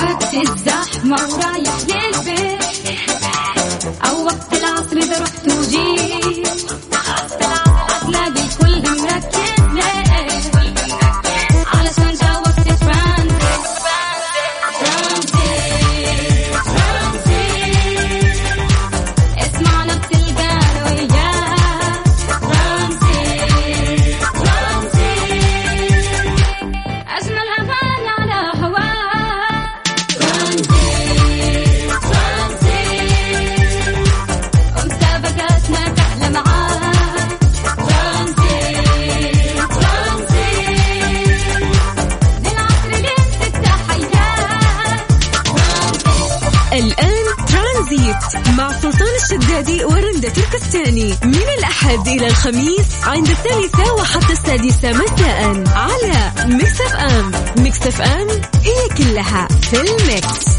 وقت الزحمة ورايح للبيت أو وقت العصر إذا رحت وجيت هتلاقي الكل مركز ليه علشان جا وقت ترانزيت اسمعنا بتلقانا وياك ترانزيت أجمل أغاني على هواك ترانزيت ومسابقاتنا تحلى معاك ترانزيت للعصر لين 6 حياك الآن ترانزيت مع سلطان الشدادي ورندة تركستاني من الأحد إلى الخميس عند 3 وحتى 6 مساء على ميكس اف ام. ميكس اف ام هي كلها في الميكس.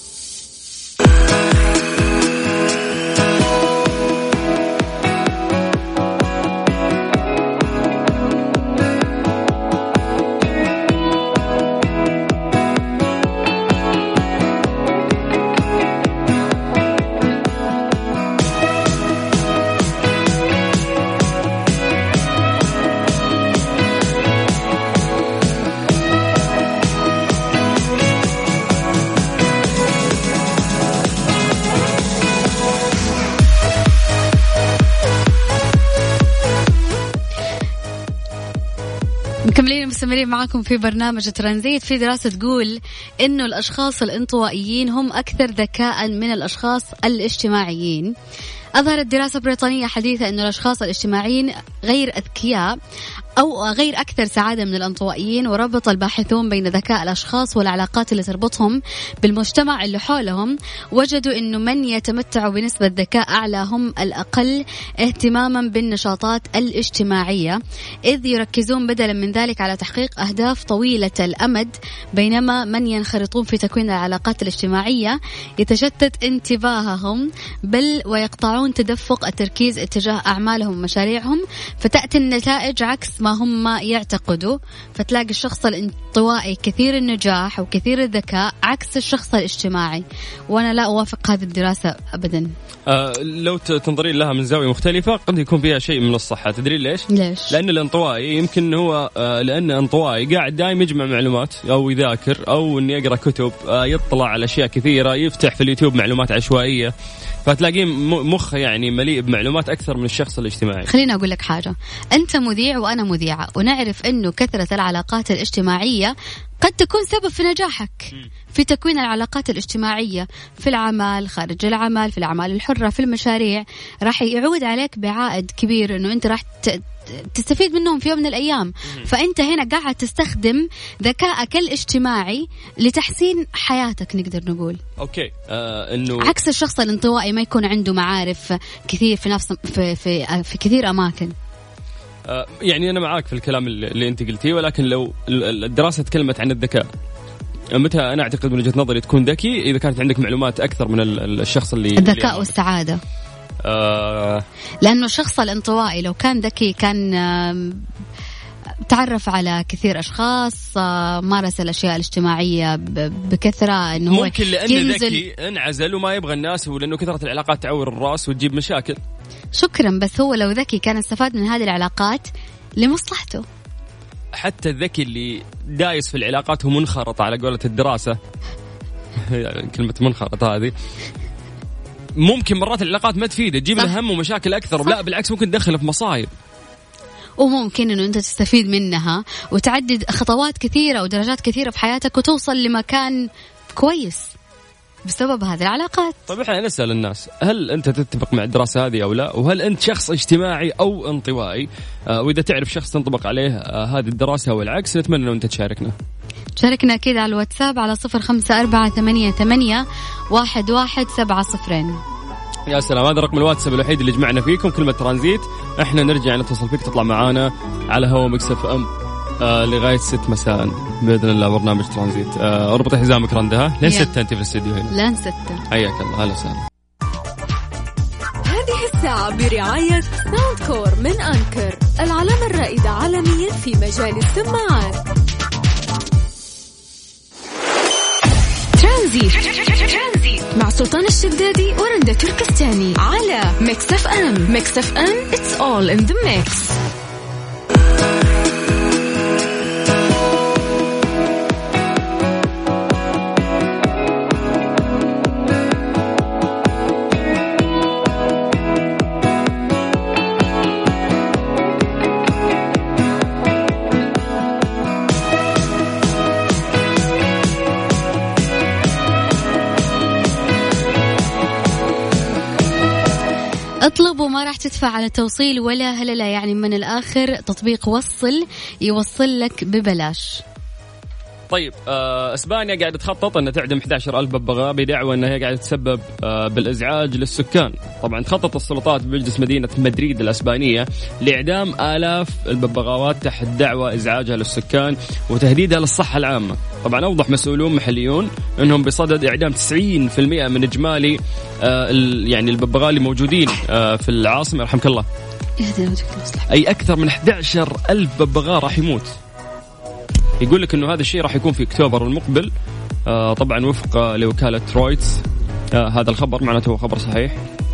مكملين مستمرين معاكم في برنامج ترانزيت. في دراسة تقول إنه الأشخاص الانطوائيين هم أكثر ذكاء من الأشخاص الاجتماعيين. أظهرت دراسة بريطانية حديثة أن الأشخاص الاجتماعيين غير أذكياء أو غير أكثر سعادة من الانطوائيين، وربط الباحثون بين ذكاء الأشخاص والعلاقات اللي تربطهم بالمجتمع اللي حولهم. وجدوا أنه من يتمتعوا بنسبة ذكاء أعلى هم الأقل اهتماما بالنشاطات الاجتماعية، إذ يركزون بدلا من ذلك على تحقيق أهداف طويلة الأمد، بينما من ينخرطون في تكوين العلاقات الاجتماعية يتشتت انتباههم بل ويقطعون تدفق التركيز اتجاه أعمالهم ومشاريعهم، فتأتي النتائج عكس ما هم يعتقدوا. فتلاقي الشخص الانطوائي كثير النجاح وكثير الذكاء عكس الشخص الاجتماعي، وأنا لا أوافق هذه الدراسة أبدا. لو تنظرين لها من زاوية مختلفة قد يكون فيها شيء من الصحة. تدري ليش؟ لأن الانطوائي يمكن هو لأن انطوائي قاعد دائما يجمع معلومات أو يذاكر أو إنه يقرأ كتب، يطلع على أشياء كثيرة، يفتح في اليوتيوب معلومات عشوائية، فتلاقيه مخ يعني مليء بمعلومات أكثر من الشخص الاجتماعي. خليني أقول لك حاجة، أنت مذيع وأنا مذيعة، ونعرف أنه كثرة العلاقات الاجتماعية قد تكون سبب في نجاحك في تكوين العلاقات الاجتماعية في العمل، خارج العمل، في الأعمال الحرة، في المشاريع، راح يعود عليك بعائد كبير إنه أنت راح تستفيد منهم في يوم من الأيام. فأنت هنا قاعد تستخدم ذكائك الاجتماعي لتحسين حياتك، نقدر نقول. أوكي. إنه عكس الشخص الانطوائي ما يكون عنده معارف كثير في نفس في كثير أماكن. يعني أنا معاك في الكلام اللي أنت قلتيه، ولكن لو الدراسة تكلمت عن الذكاء، متى أنا أعتقد من وجهة نظري تكون ذكي إذا كانت عندك معلومات أكثر من الشخص الذكاء والسعادة. لأنه الشخص الانطوائي لو كان ذكي كان تعرف على كثير أشخاص، مارس الأشياء الاجتماعية بكثرة، إنه ممكن لأنه ذكي انعزل وما يبغى الناس، ولأنه كثرة العلاقات تعور الرأس وتجيب مشاكل. شكرا، بس هو لو ذكي كان استفاد من هذه العلاقات لمصلحته. حتى الذكي اللي دايس في العلاقات ومنخرط على قولة الدراسة كلمة منخرط هذه، ممكن مرات العلاقات ما تفيده، تجيب له هم ومشاكل أكثر. لا بالعكس، ممكن تدخله في مصايب، وممكن إنه أنت تستفيد منها وتعدد خطوات كثيرة ودرجات كثيرة في حياتك وتوصل لمكان كويس بسبب هذه العلاقات. طيب احنا نسأل الناس، هل أنت تتفق مع الدراسة هذه أو لا؟ وهل أنت شخص اجتماعي أو انطوائي؟ وإذا تعرف شخص تنطبق عليه هذه الدراسة أو العكس، نتمنى أن أنت تشاركنا أكيد على الواتساب على 0548811700. يا سلام، هذا رقم الواتساب الوحيد اللي جمعنا فيكم كلمة ترانزيت. احنا نرجع نتصل فيك، تطلع معانا على هوا ميكس اف ام لغاية 6 مساء بإذن الله برنامج ترانزيت. اربط حزامك رندها لين 6 أنت في الاستديو هنا. لين 6. حياك الله، هلا وسهلا. هذه الساعة برعاية ساوند كور من أنكر، العلامة الرائدة عالميا في مجال السماعات. ترانزيت مع سلطان الشدادي ورندا تركستاني على ميكس اف ام. ميكس اف ام it's all in the mix. اطلبوا ما راح تدفع على توصيل ولا هللا، يعني من الآخر تطبيق وصل يوصل لك ببلاش. طيب اسبانيا قاعده تخطط انها تعدم 11,000 ببغاء بدعوى انها هي قاعده تسبب بالازعاج للسكان. طبعا تخطط السلطات بمجلس مدينه مدريد الاسبانيه لاعدام آلاف الببغاوات تحت دعوى ازعاجها للسكان وتهديدها للصحه العامه. طبعا اوضح مسؤولون محليون انهم بصدد اعدام 90% من اجمالي يعني الببغاء اللي موجودين في العاصمه رحمك الله. اي اكثر من 11,000 ببغاء راح يموت. يقول لك انه هذا الشيء راح يكون في اكتوبر المقبل. طبعا وفق لوكالة رويترز هذا الخبر معناته هو خبر صحيح.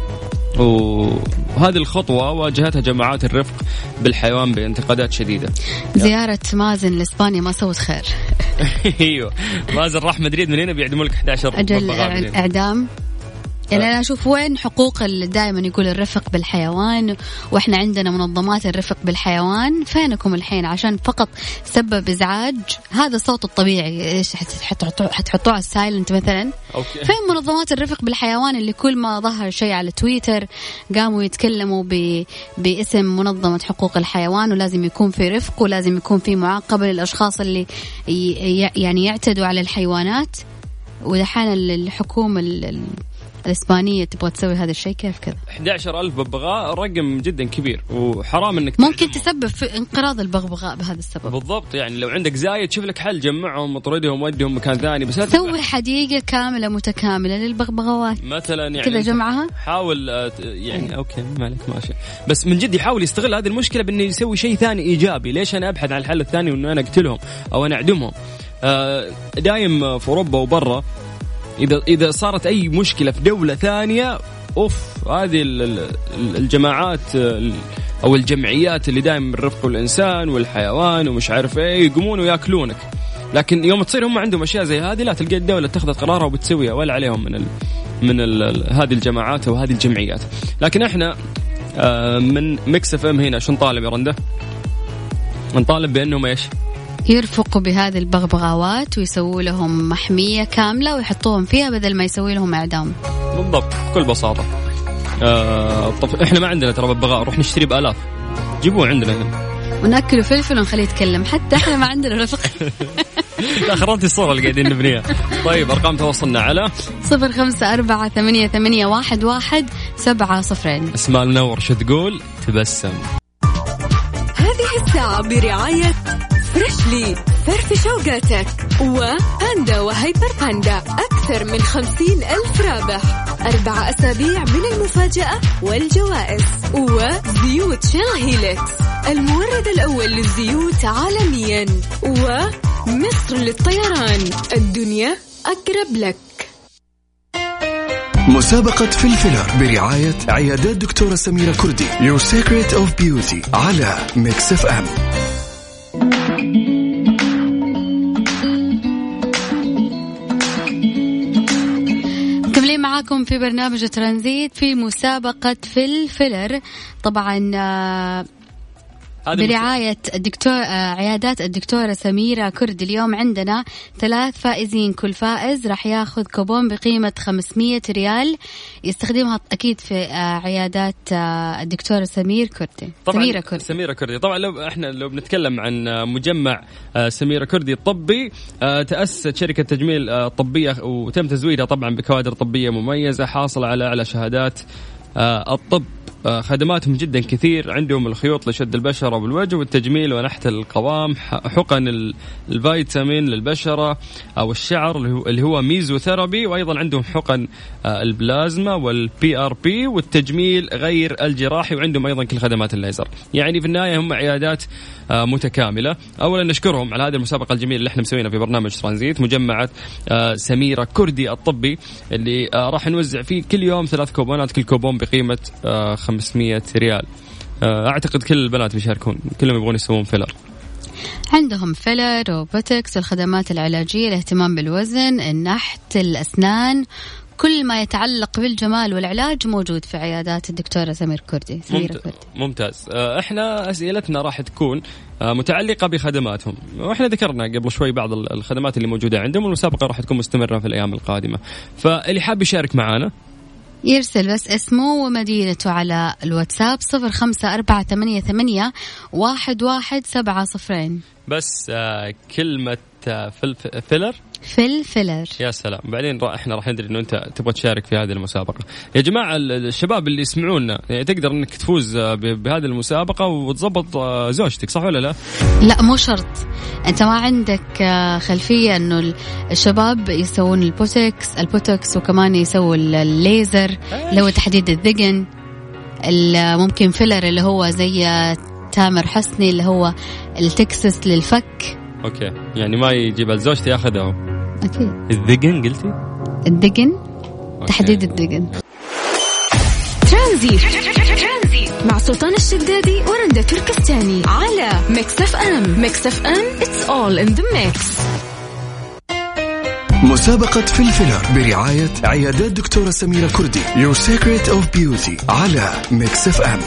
وهذه الخطوة واجهتها جماعات الرفق بالحيوان بانتقادات شديدة. زيارة مازن لإسبانيا ما سوت خير. ايوه مازن راح مدريد من هنا بيعدموا لك 11 أجل اعدام. يعني أنا أشوف وين حقوق دائما يقول الرفق بالحيوان، وإحنا عندنا منظمات الرفق بالحيوان، فينكم الحين عشان فقط سبب إزعاج؟ هذا الصوت الطبيعي إيش حتحطوه على السايلنت مثلا؟ فين منظمات الرفق بالحيوان اللي كل ما ظهر شيء على تويتر قاموا يتكلموا باسم منظمة حقوق الحيوان، ولازم يكون في رفق ولازم يكون في معاقبة للأشخاص اللي يعني يعتدوا على الحيوانات. ودحين الحكومة الإسبانية تبغى تسوي هذا الشيء؟ كيف كذا؟ 11,000 ببغاء رقم جدا كبير، وحرام انك ممكن تسبب في انقراض البغبغاء بهذا السبب. بالضبط، يعني لو عندك زايد شوف لك حل، جمعهم اطردهم ودهم مكان ثاني، بس سوي حديقة كاملة متكاملة للبغبغاوات مثلا، يعني كذا جمعها. حاول يعني اوكي مالك ماشي، بس من جد يحاول يستغل هذه المشكلة بانه يسوي شيء ثاني ايجابي. ليش انا ابحث عن الحل الثاني وانه انا اقتلهم او انا اعدمهم؟ دايم في اوروبا وبرا إذا صارت أي مشكلة في دولة ثانية هذه الجماعات أو الجمعيات اللي دائما الرفق والإنسان والحيوان ومش عارف إيه يقومون ويأكلونك. لكن يوم تصير هم عندهم أشياء زي هذه لا تلقى الدولة اتخذت قرارها وبتسويها ولا عليهم من هذه الجماعات وهذه الجمعيات. لكن إحنا من ميكس اف ام هنا شو نطالب يا رنده؟ نطالب بأنهم إيش؟ يرفقوا بهذه البغبغاوات ويسووا لهم محمية كاملة ويحطوهم فيها بدل ما يسوي لهم إعدام. بالضبط بكل بساطة. إحنا ما عندنا ترى بغبغاء، نروح نشتري بآلاف، جيبوه عندنا هنا ونأكله فلفل ونخليه يتكلم. حتى إحنا ما عندنا رفق. لا خرمتي الصورة اللي قاعدين نبنيها. طيب أرقام تواصلنا على 0548811700. اسماء المنور شو تقول؟ تبسم. هذه الساعة برعاية فريشلي فرف شوقاتك وباندا وهيبر باندا، أكثر من 50,000 رابح، 4 أسابيع من المفاجأة والجوائز، وزيوت شيل هيلكس المورد الأول للزيوت عالميا، ومصر للطيران، الدنيا أقرب لك. مسابقة فلفلة برعاية عيادات دكتورة سميرة كردي Your Secret of Beauty على ميكس اف ام. مكملين معاكم في برنامج ترانزيت في مسابقة فلفلر، طبعا برعاية عيادات الدكتورة سميرة كردي. اليوم عندنا 3 فائزين، كل فائز راح ياخذ كوبون بقيمة 500 ريال يستخدمها أكيد في عيادات الدكتورة سميرة كردي. طبعا لو بنتكلم عن مجمع سميرة كردي الطبي، تأسست شركة تجميل طبية وتم تزويدها طبعا بكوادر طبية مميزة حاصلة على أعلى شهادات الطب. خدماتهم جدا كثير، عندهم الخيوط لشد البشرة والوجه والتجميل ونحت القوام، حقن الفيتامين للبشرة أو الشعر اللي هو ميزوثيرابي، وأيضا عندهم حقن البلازما والبي ار بي والتجميل غير الجراحي، وعندهم أيضا كل خدمات الليزر. يعني في النهاية هم عيادات متكاملة. أولا نشكرهم على هذه المسابقة الجميلة اللي احنا مسوينها في برنامج ترانزيت، مجمعة سميرة كردي الطبي، اللي راح نوزع فيه كل يوم 3 كوبونات، كل كوبون بقيمة 500 ريال. أعتقد كل البنات بيشاركون، كلهم يبغون يسوون فيلر. عندهم فيلر وبوتكس والخدمات العلاجية، الاهتمام بالوزن، النحت، الأسنان، كل ما يتعلق بالجمال والعلاج موجود في عيادات الدكتورة سميرة كردي. ممتاز. احنا أسئلتنا راح تكون متعلقة بخدماتهم، واحنا ذكرنا قبل شوي بعض الخدمات اللي موجودة عندهم، والمسابقة راح تكون مستمرة في الأيام القادمة. فاللي حاب يشارك معنا يرسل بس اسمه ومدينته على الواتساب 0548811700. بس كلمة فيلر فيلر. يا سلام. بعدين احنا راح ندري انه انت تبغى تشارك في هذه المسابقة. يا جماعة الشباب اللي يسمعونا، يعني تقدر انك تفوز بهذه المسابقة وتضبط زوجتك، صح ولا لا؟ لا مو شرط. انت ما عندك خلفية انه الشباب يسوون البوتوكس وكمان يسووا الليزر اللي هو تحديد الذقن، ممكن فيلر اللي هو زي تامر حسني اللي هو التكسس للفك. اوكي، يعني ما يجيب الزوجتي ياخذها. اكيد. الذقن قلتي؟ الذقن، تحديد الذقن. ترانزيت مع سلطان الشدادي ورندا تركستاني على ميكس اف ام. ميكس اف ام it's all in the mix. مسابقة في الفيلر برعاية عيادات دكتورة سميرة كردي Your Secret of Beauty على ميكس اف ام.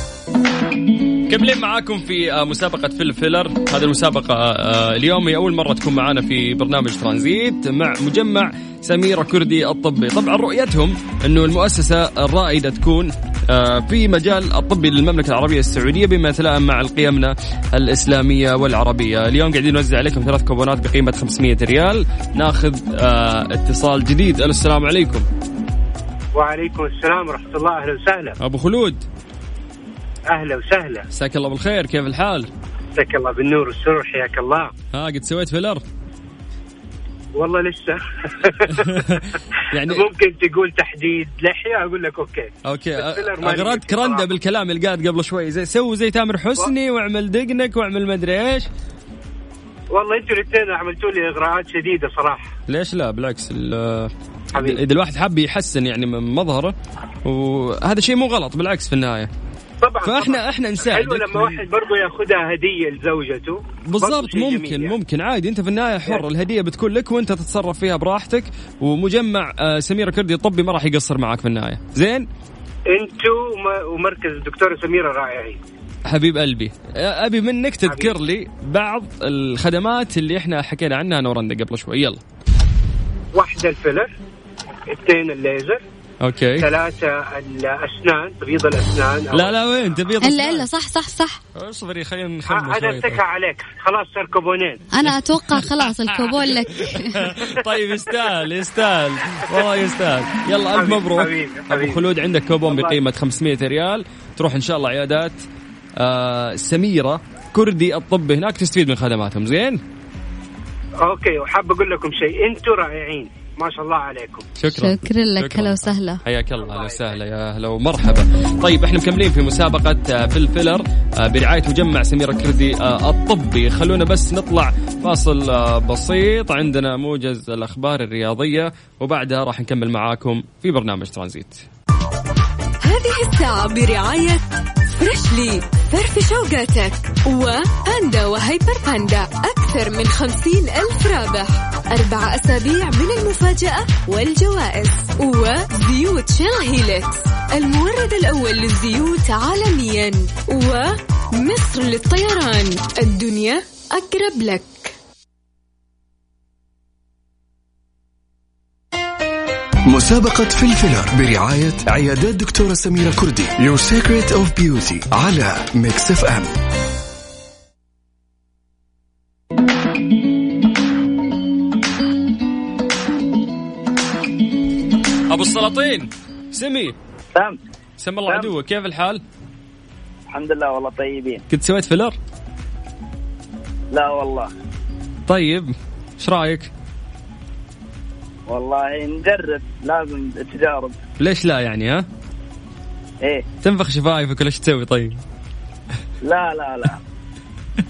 كملين معاكم في مسابقة في الفيلر. هذه المسابقة اليوم هي أول مرة تكون معنا في برنامج ترانزيت مع مجمع سميرة كردي الطبي. طبعا رؤيتهم أنه المؤسسة الرائدة تكون في مجال الطبي للمملكة العربية السعودية بما يتلائم مع قيمنا الإسلامية والعربية. اليوم قاعدين نوزع عليكم 3 كوبونات بقيمة 500 ريال. ناخذ اتصال جديد. السلام عليكم. وعليكم السلام ورحمة الله. أهلا وسهلا. أبو خلود. أهلا وسهلا. مساك الله بالخير، كيف الحال؟ مساك الله بالنور والسرور، حياك الله. قد سويت فيلر؟ والله لسه. يعني ممكن تقول تحديد لحية أقول لك أوكي. أغردك رندة بالكلام اللي قاعد قبل شوي، سوي تامر حسني واعمل دقنك واعمل مدري إيش. والله أنتوا الاثنين عملتوا لي إغراءات شديدة صراحة. ليش لا؟ بالعكس، إذا الواحد حاب يحسن يعني من مظهره، وهذا شيء مو غلط، بالعكس في النهاية. طبعا. فاحنا نساعدك. حلو لما واحد برضو ياخذها هديه لزوجته. بالضبط. ممكن عادي، انت في النهايه حر. الهديه بتكون لك وانت تتصرف فيها براحتك. ومجمع سميرة كردي الطبي ما راح يقصر معك في النهايه. زين، انتوا ومركز الدكتوره سميرة رائعين. حبيب قلبي، ابي منك تذكر لي بعض الخدمات اللي احنا حكينا عنها انا ورندا قبل شوي. يلا. 1 الفيلر، 2 الليزر، اوكي، 3 الاسنان، تبييض الاسنان. لا وين تبييض الاسنان؟ لا صح. اصبري خلينا نخمس شوي. انا اتكى عليك، خلاص صار كوبونين. انا اتوقع خلاص الكوبون لك. طيب يستاهل والله يستاهل. يلا الف مبروك ابو خلود، عندك كوبون بقيمه 500 ريال تروح ان شاء الله عيادات سميرة كردي الطبي، هناك تستفيد من خدماتهم. زين، اوكي. وحاب اقول لكم شيء، انتوا رائعين ما شاء الله عليكم. شكرا لك. هلا وسهلا. حياك الله. اهلا وسهلا، يا هلا ومرحبا. طيب احنا مكملين في مسابقة في الفيلر برعاية مجمع سميرة كردي الطبي. خلونا بس نطلع فاصل بسيط، عندنا موجز الأخبار الرياضية وبعدها راح نكمل معاكم في برنامج ترانزيت. هذه الساعة برعاية فريشلي، فرف شوقاتك، وباندا وهيبر باندا، أكثر من 50,000 رابح، 4 أسابيع من المفاجأة والجوائز، وزيوت شيل هيلكس المورد الأول للزيوت عالميا، ومصر للطيران، الدنيا أقرب لك. مسابقة في الفيلر برعاية عيادات دكتورة سميرة كردي Your Secret of Beauty على ميكس اف ام. أبو السلاطين سمي. سم الله عدوك، كيف الحال؟ الحمد لله والله طيبين. كنت سويت فيلر؟ لا والله. طيب ايش رايك؟ والله نجرب، لازم تجارب. ليش لا يعني؟ ها ايه، تنفخ شفايفك ولا ايش تسوي؟ طيب لا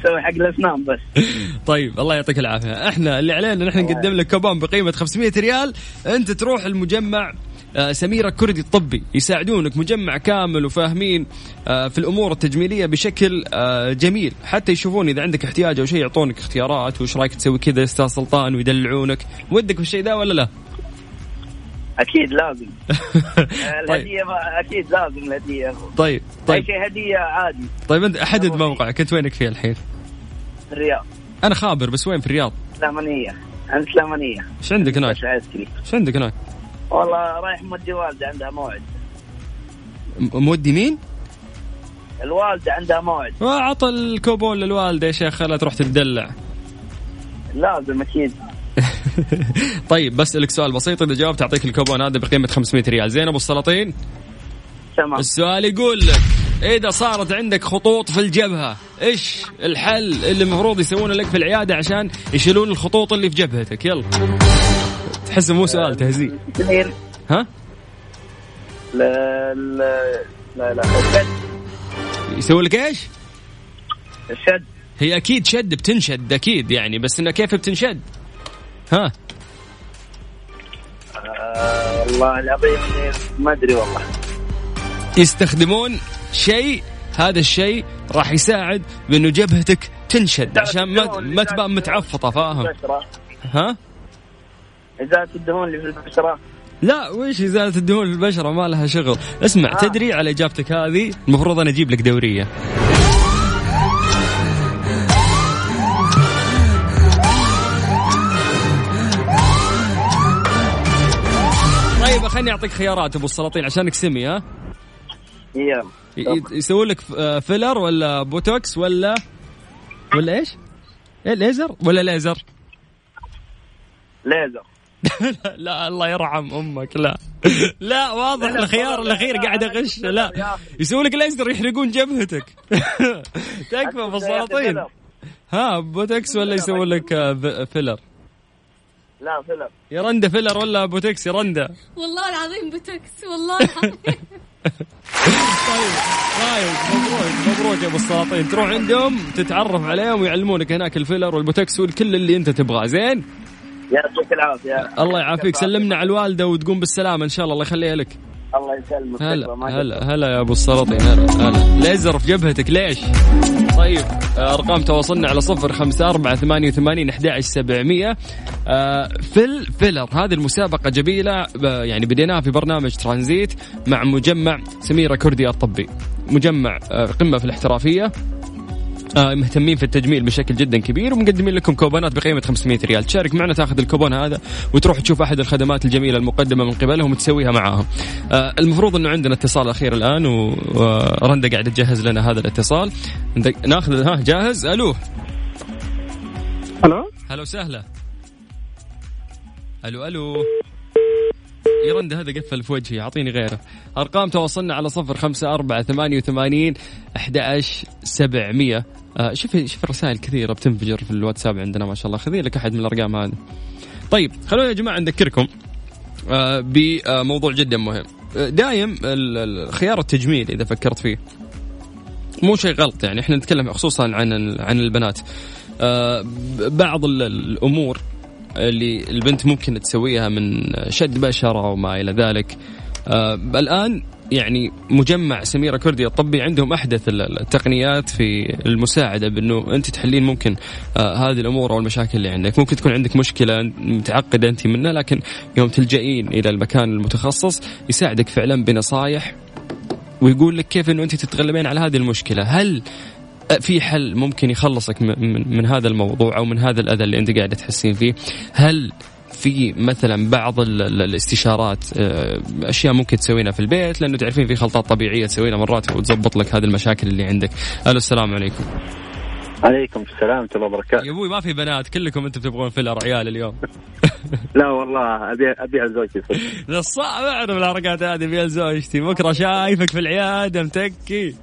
نسوي حق الأسنان بس. طيب الله يعطيك العافية. احنا اللي علينا نحن نقدم لك كوبون بقيمة 500 ريال. انت تروح المجمع سميرة كردي الطبي، يساعدونك، مجمع كامل وفاهمين في الأمور التجميلية بشكل جميل، حتى يشوفون إذا عندك احتياج أو شيء يعطونك اختيارات، وش رأيك تسوي كذا أستاذ سلطان، ويدلعونك. ودك بالشيء ذا ولا لا؟ أكيد لازم. الهدية أكيد لازم الهدية. طيب أي شيء هدية عادي. طيب أنت أحدد موقعك، أنت وينك فيه الحين؟ في الرياض. أنا خابر، بس وين في الرياض؟ سلامانية. أنت سلامانية. إيش عندك هناك؟ إيش عندك هناك؟ والله رايح مودي والدة عندها موعد. مودي مين؟ الوالدة عندها موعد. عطى الكوبون للوالدة يا شيخ، خلها تروح تدلع. لازم أكيد. طيب بسألك سؤال بسيط، إذا جاوبت أعطيك الكوبون هذا بقيمة 500 ريال. زين أبو السلاطين؟ تمام. السؤال يقول لك إذا صارت عندك خطوط في الجبهة، إيش الحل اللي المفروض يسوونه لك في العيادة عشان يشيلون الخطوط اللي في جبهتك؟ يلا. تحس مو سؤال تهزيء. ها؟ لا الشد. يسوي لك إيش؟ الشد. هي أكيد شد، بتنشد أكيد يعني، بس إنها كيف بتنشد؟ ها؟ والله العظيم ما أدري والله. يستخدمون شيء، هذا الشيء راح يساعد بأنه جبهتك تنشد عشان ما تبقى متعفطة، فاهم؟ ها؟ إزالة الدهون اللي في البشرة. لا، وش إزالة الدهون في البشرة؟ ما لها شغل. اسمع، تدري على إجابتك هذه المفروض أنا أجيب لك دورية. طيب خليني أعطيك خيارات أبو السلاطين عشانك سمي. ها؟ يسوي لك فيلر ولا بوتوكس ولا إيش؟ إيه، ليزر ولا ليزر؟ ليزر. لا الله يرحم أمك. لا واضح الخيار الأخير قاعد أغش. لا، يسوي لك ليزر يحرقون جبهتك. تكفى أبو السلاطين. ها، بوتوكس ولا يسوي لك فيلر؟ لا فيلر. يا رندا فيلر ولا بوتوكس يا رندا؟ والله العظيم بوتوكس والله العظيم. طيب مبروك يا ابو السلاطين، تروح عندهم تتعرف عليهم ويعلمونك هناك الفيلر والبوتوكس والكل اللي انت تبغاه. زين، يعطيك العافيه. الله يعافيك، سلمنا على الوالده وتقوم بالسلامه ان شاء الله. الله يخليها لك. الله يسلمك. هلا يا ابو السلاطين. هلا ليزر في جبهتك ليش؟ طيب ارقام تواصلنا على 0548811700. فيلر هذه المسابقه جميله يعني، بديناها في برنامج ترانزيت مع مجمع سميرة كردي الطبي، مجمع قمه في الاحترافيه، مهتمين في التجميل بشكل جدا كبير، ومقدمين لكم كوبونات بقيمة 500 ريال. تشارك معنا، تاخذ الكوبون هذا وتروح تشوف أحد الخدمات الجميلة المقدمة من قبلهم وتسويها معاهم. المفروض أنه عندنا اتصال أخير الآن، ورندا قاعدة تجهز لنا هذا الاتصال. ناخذ. جاهز؟ ألو سهلة. ألو يا رندا، هذا قفل في وجهي، أعطيني غيره. أرقام تواصلنا على 0548811700. شوف الرسائل كثيرة بتنفجر في الواتساب عندنا ما شاء الله. خذي لك أحد من الأرقام هذه. طيب خلونا يا جماعة نذكركم بموضوع جدا مهم. دايم الخيار التجميل إذا فكرت فيه مو شيء غلط يعني، احنا نتكلم خصوصا عن البنات. بعض الأمور اللي البنت ممكن تسويها من شد بشرة وما إلى ذلك، الآن يعني مجمع سميرة كردي الطبي عندهم أحدث التقنيات في المساعدة بأنه أنت تحلين ممكن هذه الأمور أو المشاكل اللي عندك. ممكن تكون عندك مشكلة متعقدة أنت منها، لكن يوم تلجئين إلى المكان المتخصص يساعدك فعلا بنصايح ويقول لك كيف أنه أنت تتغلبين على هذه المشكلة. هل في حل ممكن يخلصك من هذا الموضوع أو من هذا الأذى اللي أنت قاعدة تحسين فيه؟ هل في مثلا بعض الاستشارات أشياء ممكن تسوينها في البيت، لأنه تعرفين في خلطات طبيعية تسوينها مرات وتزبط لك هذه المشاكل اللي عندك. ألو السلام عليكم. عليكم السلام ورحمة الله وبركاته. يا أبوي ما في بنات، كلكم أنتم تبغون فيلر عيال اليوم. لا والله أبيع زوجتي. الصعب أعرف الحركات هذه، أبيع زوجتي بكرة شايفك في العيادة متكي.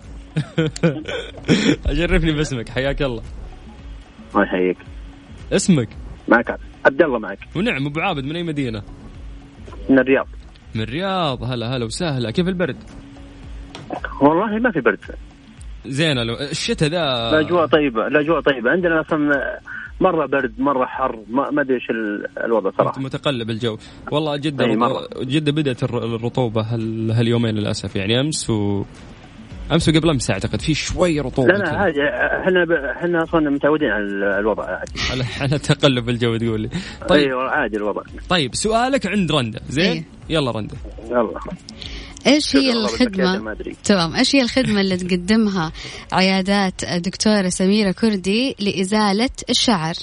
أشرفني باسمك، حياك الله. الله يحييك. اسمك؟ معك عبد الله. معك ونعم. أبو عابد من أي مدينة؟ من الرياض. من الرياض. هلا وسهلا. كيف البرد؟ والله ما في برد. زين الشتاء ذا الأجواء طيبة عندنا أصلا مرة برد مرة حر ما أدري إيش الوضع صراحة. متقلب الجو والله جدة بدأت الرطوبة هاليومين للأسف يعني أمس وقبل أمس أعتقد في شوي رطوبة. لا عادي احنا أصلا متعودين على الوضع عادي. على تقلب الجو تقول لي. طيب أيوة عادي الوضع. طيب سؤالك عند رندا زين. يلا رندا. يلا. ايش هي الخدمة؟ تمام، ايش هي الخدمة اللي تقدمها عيادات دكتورة سميرة كردي لإزالة الشعر؟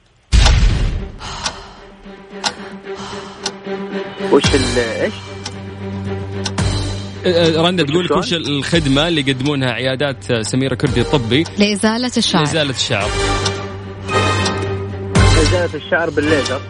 وش ايش؟ رندا تقول لك وش الخدمة اللي يقدمونها عيادات سميرة كردي الطبي لإزالة الشعر؟ لإزالة الشعر. إزالة الشعر بالليزر.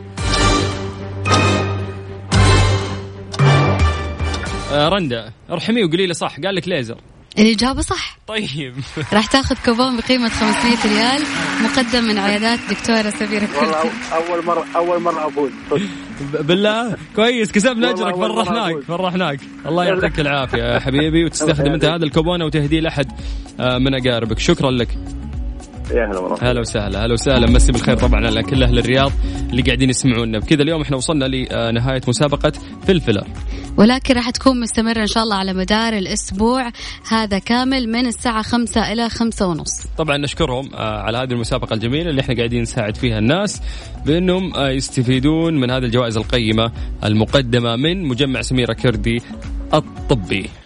رندا ارحمي وقولي لي صح. قال لك ليزر. الإجابة صح. طيب راح تاخذ كوبون بقيمة 500 ريال مقدم من عيادات دكتورة سميرة كردي. والله أول مرة أفوز بالله. كويس كسبنا أجرك. فرحناك الله يعطيك العافية يا حبيبي. وتستخدم أنت هذا الكوبون وتهديه لأحد من أقاربك. شكرا لك. هلا وسهلا مسي بالخير طبعا على كل أهل الرياض اللي قاعدين يسمعونا. بكذا اليوم احنا وصلنا لنهاية مسابقة فلفلر، ولكن راح تكون مستمرة إن شاء الله على مدار الأسبوع هذا كامل من الساعة 5 إلى 5:30. طبعا نشكرهم على هذه المسابقة الجميلة اللي احنا قاعدين نساعد فيها الناس بأنهم يستفيدون من هذه الجوائز القيمة المقدمة من مجمع سميرة كردي الطبي.